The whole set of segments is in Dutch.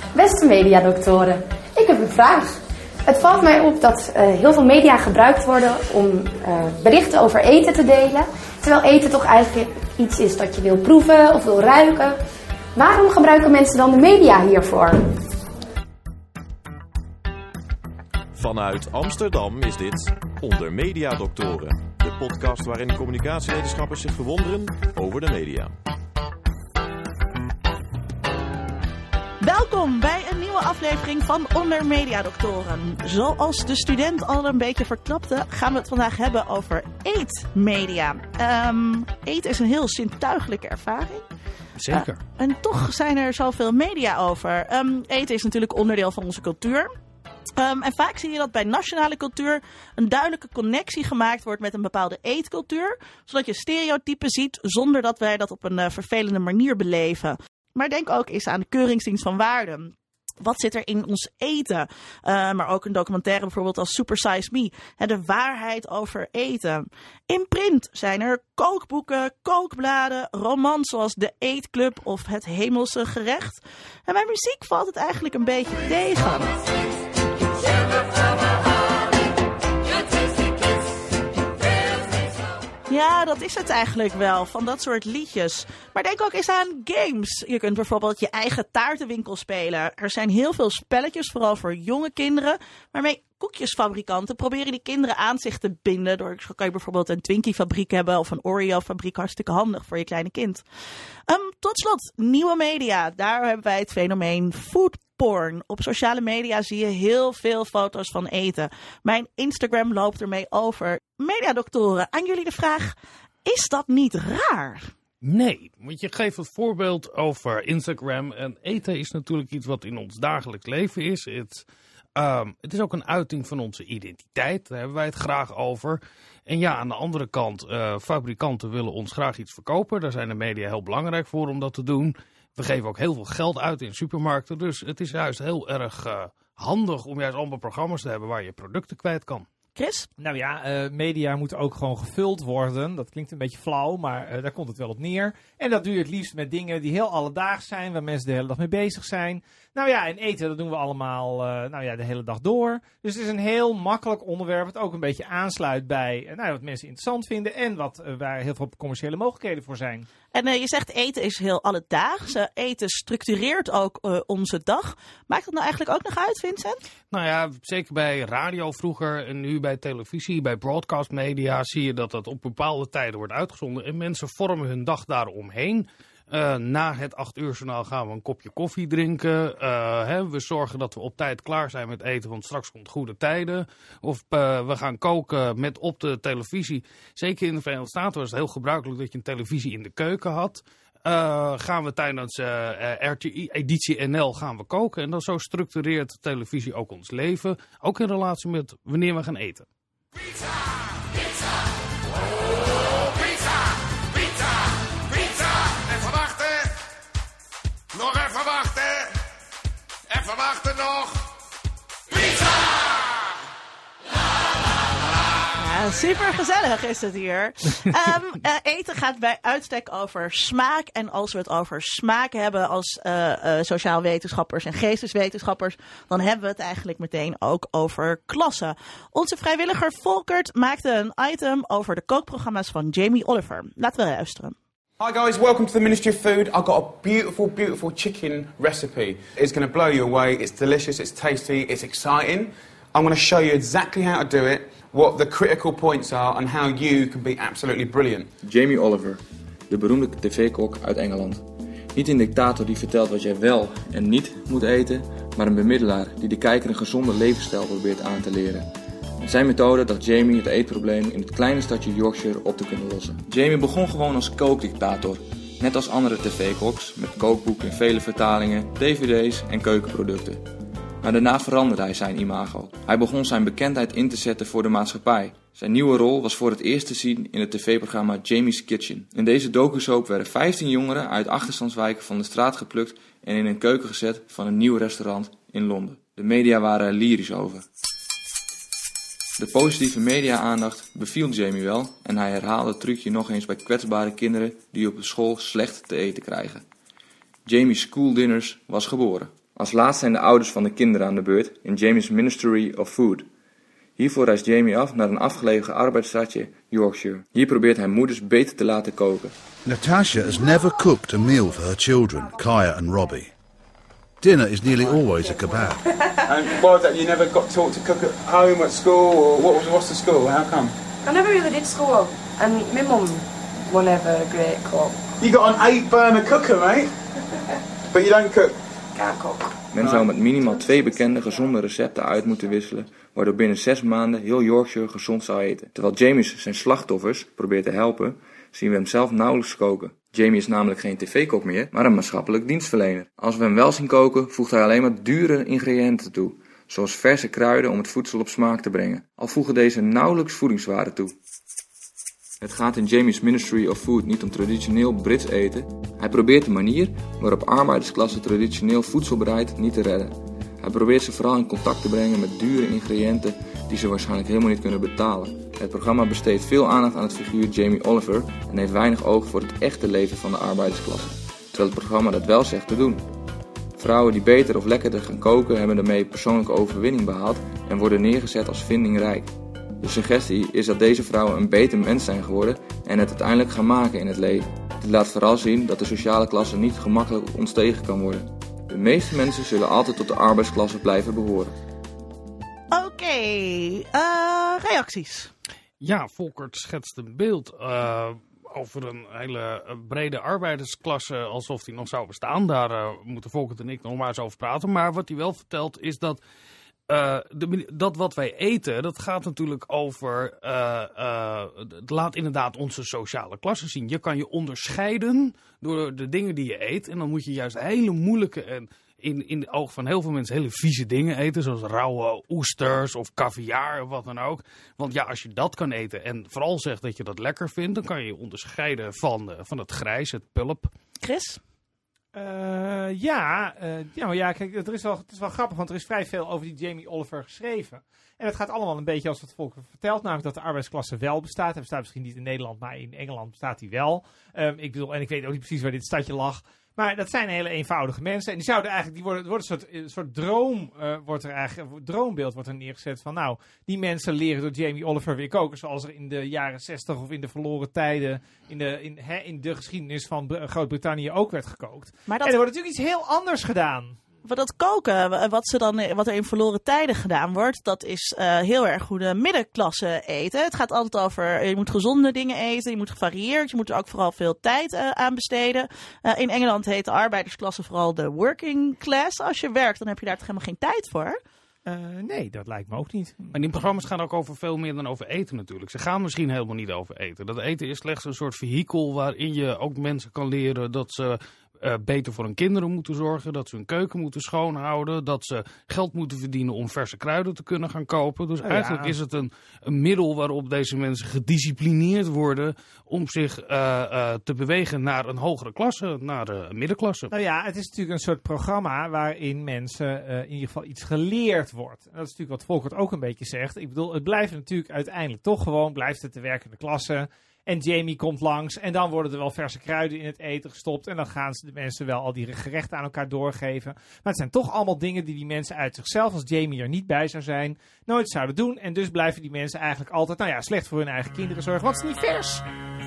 Beste mediadoktoren, ik heb een vraag. Het valt mij op dat heel veel media gebruikt worden om berichten over eten te delen. Terwijl eten toch eigenlijk iets is dat je wil proeven of wil ruiken. Waarom gebruiken mensen dan de media hiervoor? Vanuit Amsterdam is dit Onder Mediadoktoren. De podcast waarin communicatiewetenschappers zich verwonderen over de media. Welkom bij een nieuwe aflevering van Onder Mediadoktoren. Zoals de student al een beetje verklapte, gaan we het vandaag hebben over eetmedia. Eten is een heel zintuigelijke ervaring. Zeker. En toch zijn er zoveel media over. Eten is natuurlijk onderdeel van onze cultuur. En vaak zie je dat bij nationale cultuur een duidelijke connectie gemaakt wordt met een bepaalde eetcultuur. Zodat je stereotypen ziet zonder dat wij dat op een vervelende manier beleven. Maar denk ook eens aan de Keuringsdienst van Waarde. Wat zit er in ons eten? Maar ook een documentaire bijvoorbeeld als Super Size Me. De waarheid over eten. In print zijn er kookboeken, kookbladen, romans zoals De Eetclub of Het Hemelse Gerecht. En bij muziek valt het eigenlijk een beetje tegen. Ja, dat is het eigenlijk wel, van dat soort liedjes. Maar denk ook eens aan games. Je kunt bijvoorbeeld je eigen taartenwinkel spelen. Er zijn heel veel spelletjes, vooral voor jonge kinderen, waarmee koekjesfabrikanten proberen die kinderen aan zich te binden. Door kan je bijvoorbeeld een Twinkie-fabriek hebben of een Oreo-fabriek. Hartstikke handig voor je kleine kind. Tot slot, nieuwe media. Daar hebben wij het fenomeen foodporn. Op sociale media zie je heel veel foto's van eten. Mijn Instagram loopt ermee over. Mediadoktoren, aan jullie de vraag, is dat niet raar? Nee, want je geeft het voorbeeld over Instagram. En eten is natuurlijk iets wat in ons dagelijks leven is. Het is ook een uiting van onze identiteit. Daar hebben wij het graag over. En ja, aan de andere kant, fabrikanten willen ons graag iets verkopen. Daar zijn de media heel belangrijk voor om dat te doen. We geven ook heel veel geld uit in supermarkten. Dus het is juist heel erg handig om juist allemaal programma's te hebben waar je producten kwijt kan. Chris? Nou ja, media moeten ook gewoon gevuld worden. Dat klinkt een beetje flauw, maar daar komt het wel op neer. En dat doe je het liefst met dingen die heel alledaags zijn, waar mensen de hele dag mee bezig zijn. Nou ja, en eten, dat doen we allemaal de hele dag door. Dus het is een heel makkelijk onderwerp, wat ook een beetje aansluit bij wat mensen interessant vinden en waar heel veel commerciële mogelijkheden voor zijn. En je zegt eten is heel alledaags. Eten structureert ook onze dag. Maakt dat nou eigenlijk ook nog uit, Vincent? Nou ja, zeker bij radio vroeger en nu bij televisie, bij broadcastmedia zie je dat op bepaalde tijden wordt uitgezonden. En mensen vormen hun dag daaromheen. Na het 8-uur-journaal gaan we een kopje koffie drinken. We zorgen dat we op tijd klaar zijn met eten, want straks komt goede tijden. Of we gaan koken met op de televisie. Zeker in de Verenigde Staten was het heel gebruikelijk dat je een televisie in de keuken had. Gaan we tijdens RTI-editie NL gaan we koken. En dan zo structureert televisie ook ons leven. Ook in relatie met wanneer we gaan eten. Pizza! Pizza! Oh, pizza! Pizza! Pizza! Even wachten! Nog even wachten! Even wachten nog! Pizza! Ja, super gezellig is het hier. Eten gaat bij uitstek over smaak. En als we het over smaak hebben als sociaal wetenschappers en geesteswetenschappers, dan hebben we het eigenlijk meteen ook over klasse. Onze vrijwilliger Volkert maakte een item over de kookprogramma's van Jamie Oliver. Laten we luisteren. Hi guys, welcome to the Ministry of Food. I've got a beautiful, beautiful chicken recipe. It's going to blow you away. It's delicious, it's tasty, it's exciting. I'm going to show you exactly how to do it, what the critical points are and how you can be absolutely brilliant. Jamie Oliver, de beroemde tv-kok uit Engeland. Niet een dictator die vertelt wat jij wel en niet moet eten, maar een bemiddelaar die de kijker een gezonde levensstijl probeert aan te leren. Zijn methode dacht Jamie het eetprobleem in het kleine stadje Yorkshire op te kunnen lossen. Jamie begon gewoon als kookdictator, net als andere tv-koks, met kookboeken in vele vertalingen, dvd's en keukenproducten. Maar daarna veranderde hij zijn imago. Hij begon zijn bekendheid in te zetten voor de maatschappij. Zijn nieuwe rol was voor het eerst te zien in het tv-programma Jamie's Kitchen. In deze docusoap werden 15 jongeren uit achterstandswijken van de straat geplukt en in een keuken gezet van een nieuw restaurant in Londen. De media waren er lyrisch over. De positieve media-aandacht beviel Jamie wel en hij herhaalde het trucje nog eens bij kwetsbare kinderen die op de school slecht te eten krijgen. Jamie's School Dinners was geboren. Als laatst zijn de ouders van de kinderen aan de beurt in Jamie's Ministry of Food. Hiervoor reist Jamie af naar een afgelegen arbeidsstadje, Yorkshire. Hier probeert hij moeders beter te laten koken. Natasha has never cooked a meal for her children, Kaya and Robbie. Dinner is nearly always a kebab. And why was that? You never got taught to cook at home, at school, or what's the school? How come? I never really did school, and my mum was never a great cook. You got an 8-burner cooker, mate. But you don't cook. Can't cook. Men zou met minimaal 2 bekende gezonde recepten uit moeten wisselen, waardoor binnen 6 maanden heel Yorkshire gezond zou eten. Terwijl Jamie zijn slachtoffers probeert te helpen, zien we hem zelf nauwelijks koken. Jamie is namelijk geen tv-kok meer, maar een maatschappelijk dienstverlener. Als we hem wel zien koken, voegt hij alleen maar dure ingrediënten toe, zoals verse kruiden om het voedsel op smaak te brengen, al voegen deze nauwelijks voedingswaarde toe. Het gaat in Jamie's Ministry of Food niet om traditioneel Brits eten. Hij probeert de manier waarop arbeidersklasse traditioneel voedsel bereidt niet te redden. Hij probeert ze vooral in contact te brengen met dure ingrediënten die ze waarschijnlijk helemaal niet kunnen betalen. Het programma besteedt veel aandacht aan het figuur Jamie Oliver en heeft weinig oog voor het echte leven van de arbeidersklasse, terwijl het programma dat wel zegt te doen. Vrouwen die beter of lekkerder gaan koken hebben daarmee persoonlijke overwinning behaald en worden neergezet als vindingrijk. De suggestie is dat deze vrouwen een beter mens zijn geworden en het uiteindelijk gaan maken in het leven. Dit laat vooral zien dat de sociale klasse niet gemakkelijk ontstegen kan worden. De meeste mensen zullen altijd tot de arbeidsklasse blijven behoren. Oké, reacties. Ja, Volkert schetst een beeld over een hele brede arbeidersklasse alsof die nog zou bestaan. Daar moeten Volkert en ik nog maar eens over praten. Maar wat hij wel vertelt is dat dat wat wij eten, dat gaat natuurlijk over, het laat inderdaad onze sociale klasse zien. Je kan je onderscheiden door de dingen die je eet. En dan moet je juist hele moeilijke en in de ogen van heel veel mensen hele vieze dingen eten. Zoals rauwe oesters of caviar of wat dan ook. Want ja, als je dat kan eten en vooral zegt dat je dat lekker vindt, dan kan je je onderscheiden van het grijs, het pulp. Chris? Kijk, het is wel grappig, want er is vrij veel over die Jamie Oliver geschreven. En het gaat allemaal een beetje als wat Volker vertelt, namelijk dat de arbeidsklasse wel bestaat. Hij bestaat misschien niet in Nederland, maar in Engeland bestaat hij wel. Ik weet ook niet precies waar dit stadje lag. Maar dat zijn hele eenvoudige mensen. En die zouden eigenlijk, wordt een soort droom, een droombeeld wordt er neergezet van, nou, die mensen leren door Jamie Oliver weer koken, zoals er in de jaren 60 of in de verloren tijden, in de geschiedenis van Groot-Brittannië ook werd gekookt. En er wordt natuurlijk iets heel anders gedaan. Maar dat koken, wat er in verloren tijden gedaan wordt, dat is heel erg goede middenklasse eten. Het gaat altijd over, je moet gezonde dingen eten, je moet gevarieerd, je moet er ook vooral veel tijd aan besteden. In Engeland heet de arbeidersklasse vooral de working class. Als je werkt, dan heb je daar toch helemaal geen tijd voor? Nee, dat lijkt me ook niet. Maar die programma's gaan ook over veel meer dan over eten natuurlijk. Ze gaan misschien helemaal niet over eten. Dat eten is slechts een soort vehikel waarin je ook mensen kan leren dat ze beter voor hun kinderen moeten zorgen, dat ze hun keuken moeten schoonhouden, dat ze geld moeten verdienen om verse kruiden te kunnen gaan kopen. Dus eigenlijk is het een middel waarop deze mensen gedisciplineerd worden om zich te bewegen naar een hogere klasse, naar een middenklasse. Nou ja, het is natuurlijk een soort programma waarin mensen in ieder geval iets geleerd wordt. En dat is natuurlijk wat Volkert ook een beetje zegt. Ik bedoel, het blijft natuurlijk uiteindelijk toch gewoon, blijft het de werkende klasse. En Jamie komt langs en dan worden er wel verse kruiden in het eten gestopt. En dan gaan de mensen wel al die gerechten aan elkaar doorgeven. Maar het zijn toch allemaal dingen die mensen uit zichzelf, als Jamie er niet bij zou zijn, nooit zouden doen. En dus blijven die mensen eigenlijk altijd, slecht voor hun eigen kinderen zorgen. Want het is niet vers.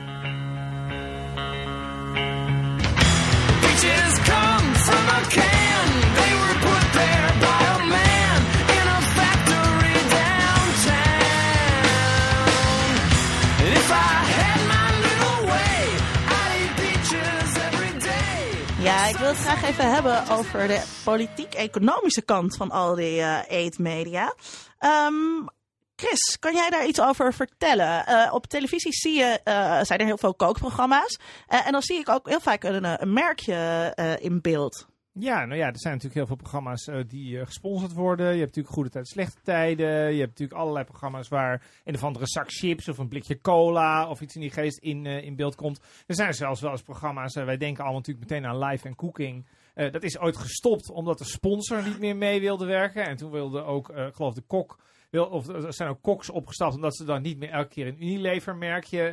Peaches come from a can. They were put there by a man in a factory downtown. And if I had my little way, I'd eat peaches every day. Ja, ik wil het graag even hebben over de politiek-economische kant van al die eetmedia. Chris, kan jij daar iets over vertellen? Op televisie zijn er heel veel kookprogramma's. En dan zie ik ook heel vaak een merkje in beeld. Ja, er zijn natuurlijk heel veel programma's die gesponsord worden. Je hebt natuurlijk Goede Tijden, Slechte Tijden. Je hebt natuurlijk allerlei programma's waar een of andere zak chips of een blikje cola of iets in die geest in beeld komt. Er zijn zelfs wel eens programma's, wij denken allemaal natuurlijk meteen aan Live and Cooking. Dat is ooit gestopt omdat de sponsor niet meer mee wilde werken. En toen wilde ook, geloof de kok, Of er zijn ook koks opgestapt omdat ze dan niet meer elke keer een Unilever-merkje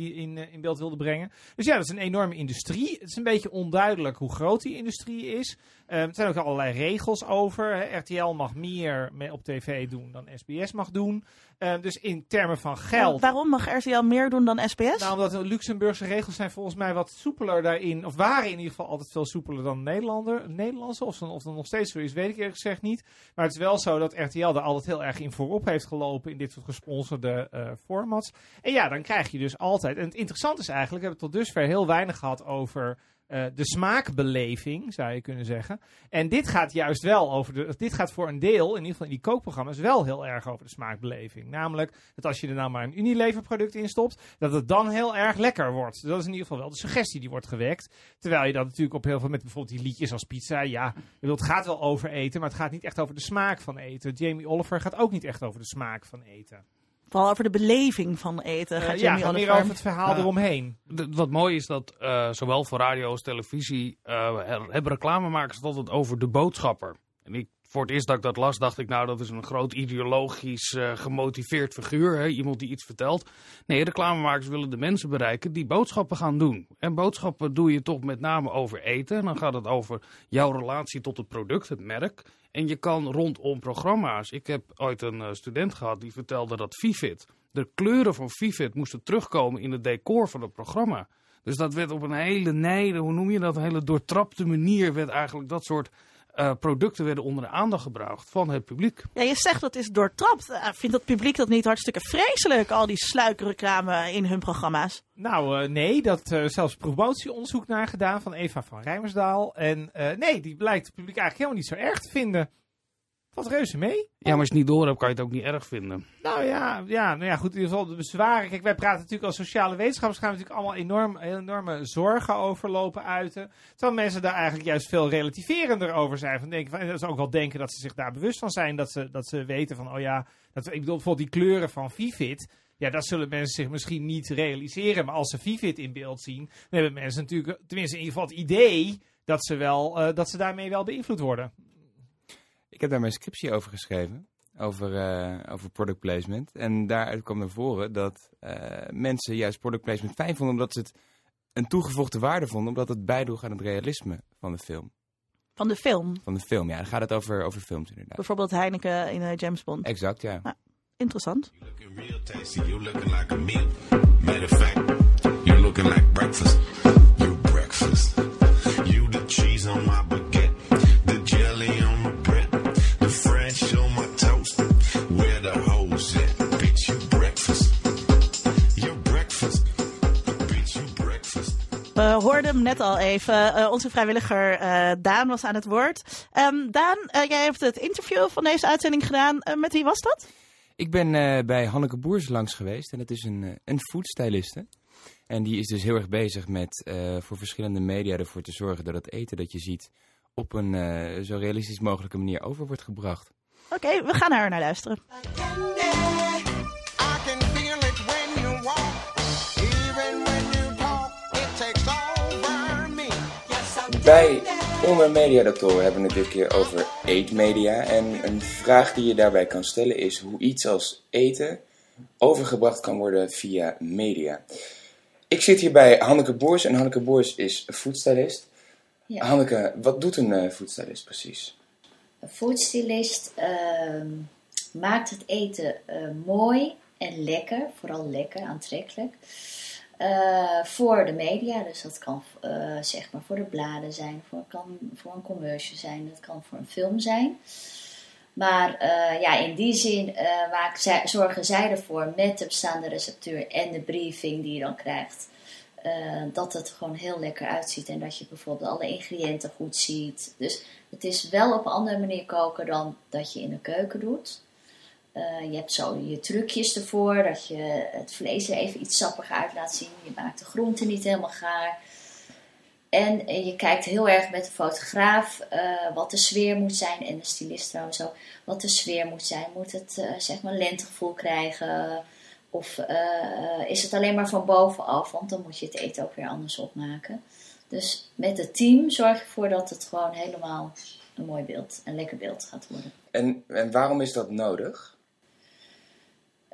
in beeld wilden brengen. Dus ja, dat is een enorme industrie. Het is een beetje onduidelijk hoe groot die industrie is. Er zijn ook allerlei regels over. Hè. RTL mag meer op tv doen dan SBS mag doen. Dus in termen van geld... Waarom mag RTL meer doen dan SBS? Nou, omdat de Luxemburgse regels zijn volgens mij wat soepeler daarin. Of waren in ieder geval altijd veel soepeler dan Nederlandse. Of dat nog steeds zo is, weet ik eerlijk gezegd niet. Maar het is wel zo dat RTL daar altijd heel erg in voorop heeft gelopen in dit soort gesponsorde formats. En ja, dan krijg je dus altijd... En het interessante is eigenlijk, we hebben tot dusver heel weinig gehad over... de smaakbeleving, zou je kunnen zeggen. En dit gaat juist wel dit gaat voor een deel, in ieder geval in die kookprogramma's, wel heel erg over de smaakbeleving. Namelijk dat als je er nou maar een Unilever product in stopt, dat het dan heel erg lekker wordt. Dat is in ieder geval wel de suggestie die wordt gewekt. Terwijl je dat natuurlijk op heel veel, met bijvoorbeeld die liedjes als pizza, ja, het gaat wel over eten, maar het gaat niet echt over de smaak van eten. Jamie Oliver gaat ook niet echt over de smaak van eten. Vooral over de beleving van eten. Gaat Jamie Oliver. Meer over het verhaal eromheen. Wat mooi is dat zowel voor radio als televisie hebben reclamemakers het altijd over de boodschapper. En voor het eerst dat ik dat las, dacht ik, nou, dat is een groot ideologisch gemotiveerd figuur. Hè? Iemand die iets vertelt. Nee, reclamemakers willen de mensen bereiken die boodschappen gaan doen. En boodschappen doe je toch met name over eten. En dan gaat het over jouw relatie tot het product, het merk. En je kan rondom programma's. Ik heb ooit een student gehad die vertelde dat Vivit, de kleuren van Vivit moesten terugkomen in het decor van het programma. Dus dat werd op een hele een hele doortrapte manier werd eigenlijk dat soort producten werden onder de aandacht gebracht van het publiek. Ja, je zegt dat is doortrapt. Vindt dat publiek dat niet hartstikke vreselijk, al die sluikreclame in hun programma's? Nou, nee, dat zelfs promotieonderzoek naar gedaan van Eva van Rijmersdaal. En nee, die blijkt het publiek eigenlijk helemaal niet zo erg te vinden. Valt reuze mee. Ja, maar als je het niet door hebt, kan je het ook niet erg vinden. Nou ja, goed, in ieder geval de bezwaren. Kijk, wij praten natuurlijk als sociale wetenschappers, gaan we natuurlijk allemaal enorme zorgen over lopen uiten. Terwijl mensen daar eigenlijk juist veel relativerender over zijn. En dat ze ook wel denken dat ze zich daar bewust van zijn. Dat ze weten van, ik bedoel bijvoorbeeld die kleuren van Vivit. Ja, dat zullen mensen zich misschien niet realiseren. Maar als ze Vivit in beeld zien, dan hebben mensen natuurlijk, tenminste in ieder geval het idee, dat ze daarmee wel beïnvloed worden. Ik heb daar mijn scriptie over geschreven, over product placement. En daaruit kwam naar voren dat mensen juist product placement fijn vonden, omdat ze het een toegevoegde waarde vonden, omdat het bijdroeg aan het realisme van de film. Van de film? Van de film, ja. Dan gaat het over films inderdaad. Bijvoorbeeld Heineken in James Bond. Exact, ja. Nou, interessant. We hoorden hem net al even. Onze vrijwilliger Daan was aan het woord. Daan, jij hebt het interview van deze uitzending gedaan. Met wie was dat? Ik ben bij Hanneke Boers langs geweest. En dat is een foodstyliste. En die is dus heel erg bezig met voor verschillende media ervoor te zorgen dat het eten dat je ziet op een zo realistisch mogelijke manier over wordt gebracht. Oké, we gaan naar luisteren. Bij Onder Mediadoktoren hebben we het dit keer over eetmedia. En een vraag die je daarbij kan stellen is hoe iets als eten overgebracht kan worden via media. Ik zit hier bij Hanneke Boers en Hanneke Boers is foodstylist. Ja. Hanneke, wat doet een foodstylist precies? Een foodstylist maakt het eten mooi en lekker, vooral lekker, aantrekkelijk. Voor de media, dus dat kan zeg maar voor de bladen zijn, kan voor een commercial zijn, dat kan voor een film zijn. Maar in die zin zorgen zij ervoor met de bestaande receptuur en de briefing die je dan krijgt, dat het gewoon heel lekker uitziet en dat je bijvoorbeeld alle ingrediënten goed ziet. Dus het is wel op een andere manier koken dan dat je in de keuken doet. Je hebt zo je trucjes ervoor, dat je het vlees er even iets sappiger uit laat zien. Je maakt de groenten niet helemaal gaar. En je kijkt heel erg met de fotograaf wat de sfeer moet zijn. En de stylist trouwens ook. Wat de sfeer moet zijn. Moet het zeg maar lentegevoel krijgen? Of is het alleen maar van bovenaf? Want dan moet je het eten ook weer anders opmaken. Dus met het team zorg je ervoor dat het gewoon helemaal een mooi beeld, een lekker beeld gaat worden. En waarom is dat nodig?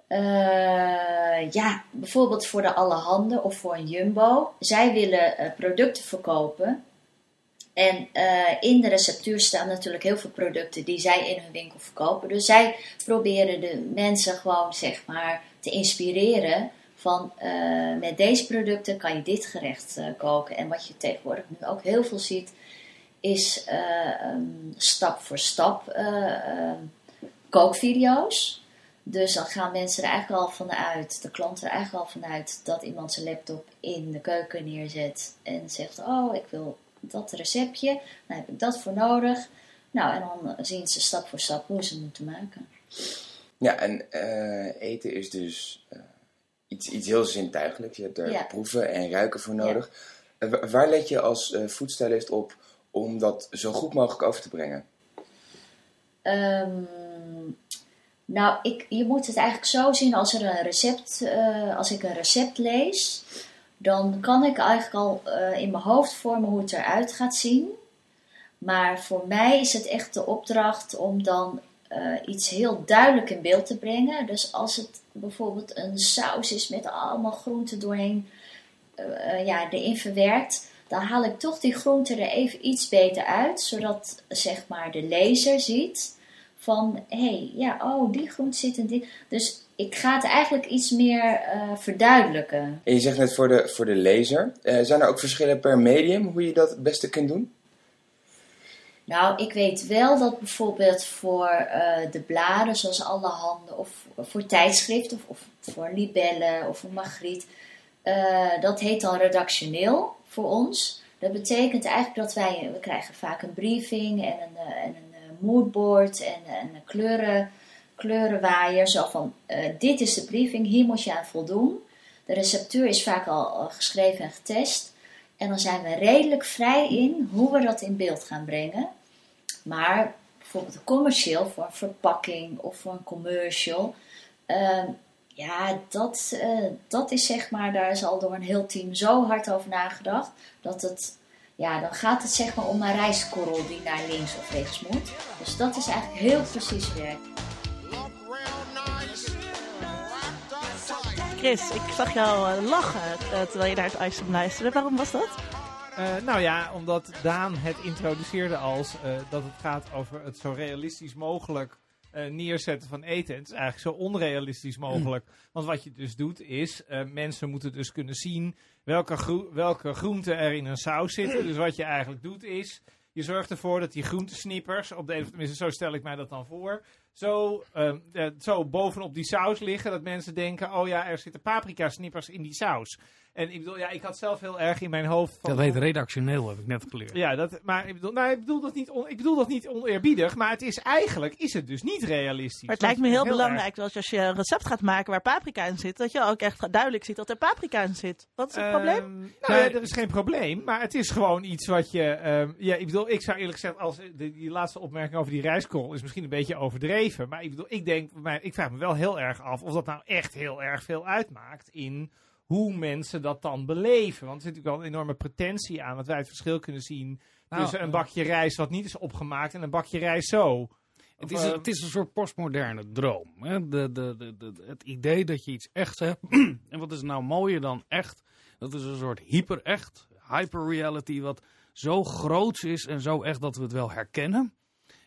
Bijvoorbeeld voor de Allerhande of voor een Jumbo. Zij willen producten verkopen. En in de receptuur staan natuurlijk heel veel producten die zij in hun winkel verkopen. Dus zij proberen de mensen gewoon zeg maar te inspireren van met deze producten kan je dit gerecht koken. En wat je tegenwoordig nu ook heel veel ziet is stap voor stap kookvideo's. Dus dan gaan mensen er eigenlijk al vanuit, de klanten er eigenlijk al vanuit dat iemand zijn laptop in de keuken neerzet en zegt, oh ik wil dat receptje, dan heb ik dat voor nodig. Nou, en dan zien ze stap voor stap hoe ze het moeten maken. Ja, en eten is dus iets heel zintuigelijks. Je hebt er proeven en ruiken voor nodig. Ja. Waar let je als foodstylist op om dat zo goed mogelijk over te brengen? Je moet het eigenlijk zo zien als als ik een recept lees, dan kan ik eigenlijk al in mijn hoofd vormen hoe het eruit gaat zien. Maar voor mij is het echt de opdracht om dan iets heel duidelijk in beeld te brengen. Dus als het bijvoorbeeld een saus is met allemaal groenten doorheen erin verwerkt, dan haal ik toch die groenten er even iets beter uit, zodat zeg maar de lezer ziet van, die groente zit in dit. Dus ik ga het eigenlijk iets meer verduidelijken. En je zegt net voor de lezer. Zijn er ook verschillen per medium hoe je dat het beste kunt doen? Nou, ik weet wel dat bijvoorbeeld voor de bladen, zoals Allerhande, of voor tijdschriften, of voor Libelle, of voor Margriet, dat heet dan redactioneel voor ons. Dat betekent eigenlijk dat we krijgen vaak een briefing en een moodboard en een kleurenwaaier. Zo van, dit is de briefing, hier moet je aan voldoen. De receptuur is vaak al geschreven en getest. En dan zijn we redelijk vrij in hoe we dat in beeld gaan brengen. Maar bijvoorbeeld commercieel, voor een verpakking of voor een commercial. Dat is zeg maar, daar is al door een heel team zo hard over nagedacht. Dat dan gaat het zeg maar om een rijstkorrel die naar links of rechts moet. Dus dat is eigenlijk heel precies werk. Chris, ik zag jou lachen terwijl je naar het item luisterde. Waarom was dat? Omdat Daan het introduceerde als dat het gaat over het zo realistisch mogelijk neerzetten van eten. Het is eigenlijk zo onrealistisch mogelijk. Want wat je dus doet is, mensen moeten dus kunnen zien welke groenten er in een saus zitten. Dus wat je eigenlijk doet is, je zorgt ervoor dat die groentesnippers, tenminste zo stel ik mij dat dan voor, zo bovenop die saus liggen, dat mensen denken, oh ja, er zitten paprika snippers in die saus. En ik bedoel, ik had zelf heel erg in mijn hoofd van, dat heet redactioneel, heb ik net geleerd. Ja, maar ik bedoel dat niet oneerbiedig, maar het is het dus niet realistisch. Maar het lijkt me heel belangrijk dat als je een recept gaat maken waar paprika in zit, dat je ook echt duidelijk ziet dat er paprika in zit. Wat is het probleem? Er is geen probleem, maar het is gewoon iets wat je... ik zou eerlijk zeggen, als die laatste opmerking over die rijstkorrel is misschien een beetje overdreven. Maar ik vraag me wel heel erg af of dat nou echt heel erg veel uitmaakt in hoe mensen dat dan beleven. Want er zit natuurlijk wel een enorme pretentie aan dat wij het verschil kunnen zien tussen een bakje rijst wat niet is opgemaakt en een bakje rijst zo. Het is een soort postmoderne droom. Hè? Het idee dat je iets echt hebt. En wat is nou mooier dan echt? Dat is een soort hyper-echt, hyper-reality wat zo groots is en zo echt dat we het wel herkennen.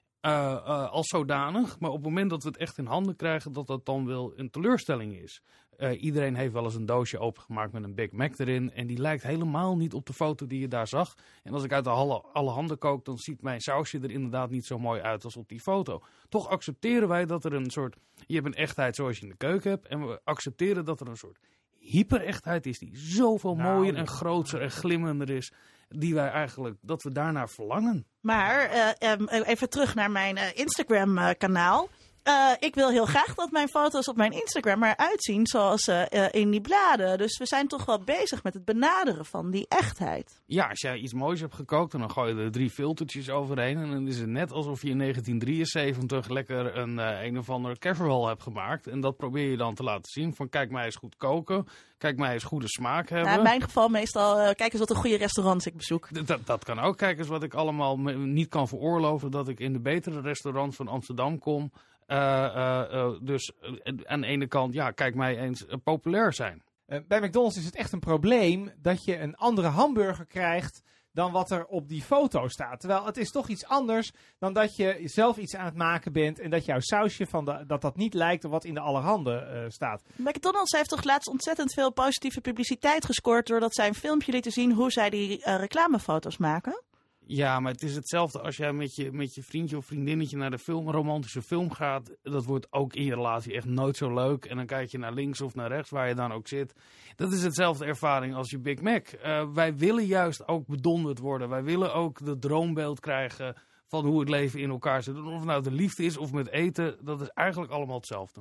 Als zodanig. Maar op het moment dat we het echt in handen krijgen, dat dan wel een teleurstelling is. Iedereen heeft wel eens een doosje opengemaakt met een Big Mac erin. En die lijkt helemaal niet op de foto die je daar zag. En als ik uit alle handen kook, dan ziet mijn sausje er inderdaad niet zo mooi uit als op die foto. Toch accepteren wij dat er een soort... Je hebt een echtheid zoals je in de keuken hebt. En we accepteren dat er een soort hyper-echtheid is die zoveel mooier en groter en glimmender is. Dat we daarnaar verlangen. Maar even terug naar mijn Instagram-kanaal. Ik wil heel graag dat mijn foto's op mijn Instagram eruit zien zoals in die bladen. Dus we zijn toch wel bezig met het benaderen van die echtheid. Ja, als jij iets moois hebt gekookt en dan gooi je er 3 filtertjes overheen. En dan is het net alsof je in 1973 lekker een of ander casserole hebt gemaakt. En dat probeer je dan te laten zien. Van kijk mij eens goed koken. Kijk mij eens goede smaak hebben. In mijn geval meestal kijk eens wat een goede restaurants ik bezoek. Dat kan ook. Kijk eens wat ik allemaal niet kan veroorloven. Dat ik in de betere restaurants van Amsterdam kom. Dus aan de ene kant, ja, kijk mij eens populair zijn. Bij McDonald's is het echt een probleem dat je een andere hamburger krijgt dan wat er op die foto staat. Terwijl het is toch iets anders dan dat je zelf iets aan het maken bent en dat jouw sausje dat niet lijkt op wat in de allerhande staat. McDonald's heeft toch laatst ontzettend veel positieve publiciteit gescoord doordat zij een filmpje lieten zien hoe zij die reclamefoto's maken? Ja, maar het is hetzelfde als jij met je vriendje of vriendinnetje naar een romantische film gaat. Dat wordt ook in je relatie echt nooit zo leuk. En dan kijk je naar links of naar rechts, waar je dan ook zit. Dat is hetzelfde ervaring als je Big Mac. Wij willen juist ook bedonderd worden. Wij willen ook het droombeeld krijgen van hoe het leven in elkaar zit. Of het nou de liefde is of met eten, dat is eigenlijk allemaal hetzelfde.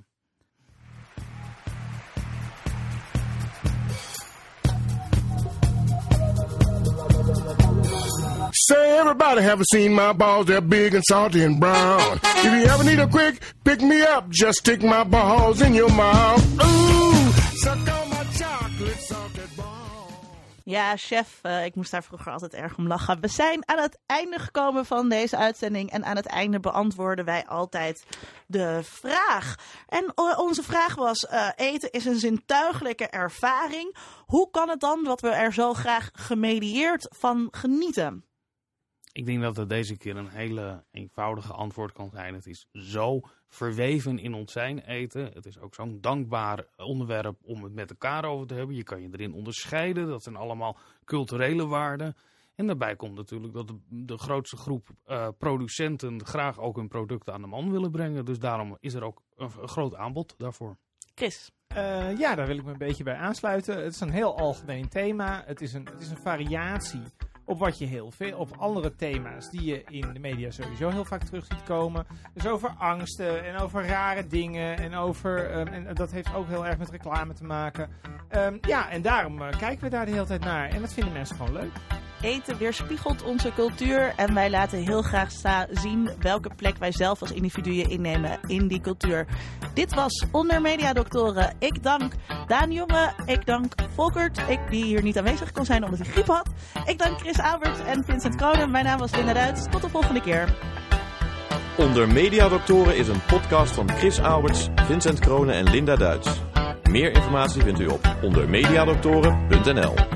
Say everybody have seen my balls, they're big and salty and brown. If you ever need a quick pick me up, just stick my balls in your mouth. Ooh, suck on my chocolate salted balls. Ja, chef, ik moest daar vroeger altijd erg om lachen. We zijn aan het einde gekomen van deze uitzending en aan het einde beantwoorden wij altijd de vraag. En onze vraag was, eten is een zintuigelijke ervaring. Hoe kan het dan dat we er zo graag gemedieerd van genieten? Ik denk dat het deze keer een hele eenvoudige antwoord kan zijn. Het is zo verweven in ons zijn eten. Het is ook zo'n dankbaar onderwerp om het met elkaar over te hebben. Je kan je erin onderscheiden. Dat zijn allemaal culturele waarden. En daarbij komt natuurlijk dat de grootste groep producenten graag ook hun producten aan de man willen brengen. Dus daarom is er ook een groot aanbod daarvoor. Chris? Ja, daar wil ik me een beetje bij aansluiten. Het is een heel algemeen thema. Het is een variatie op wat je op andere thema's die je in de media sowieso heel vaak terug ziet komen. Dus over angsten en over rare dingen en dat heeft ook heel erg met reclame te maken. En daarom kijken we daar de hele tijd naar en dat vinden mensen gewoon leuk. Eten weerspiegelt onze cultuur en wij laten heel graag zien welke plek wij zelf als individuen innemen in die cultuur. Dit was Onder Media Doctoren. Ik dank Daan Jonge, ik dank Volkert, die hier niet aanwezig kon zijn omdat hij griep had. Ik dank Chris Alberts en Vincent Kronen. Mijn naam was Linda Duits. Tot de volgende keer. Onder Media Doctoren is een podcast van Chris Alberts, Vincent Kronen en Linda Duits. Meer informatie vindt u op ondermediadoctoren.nl.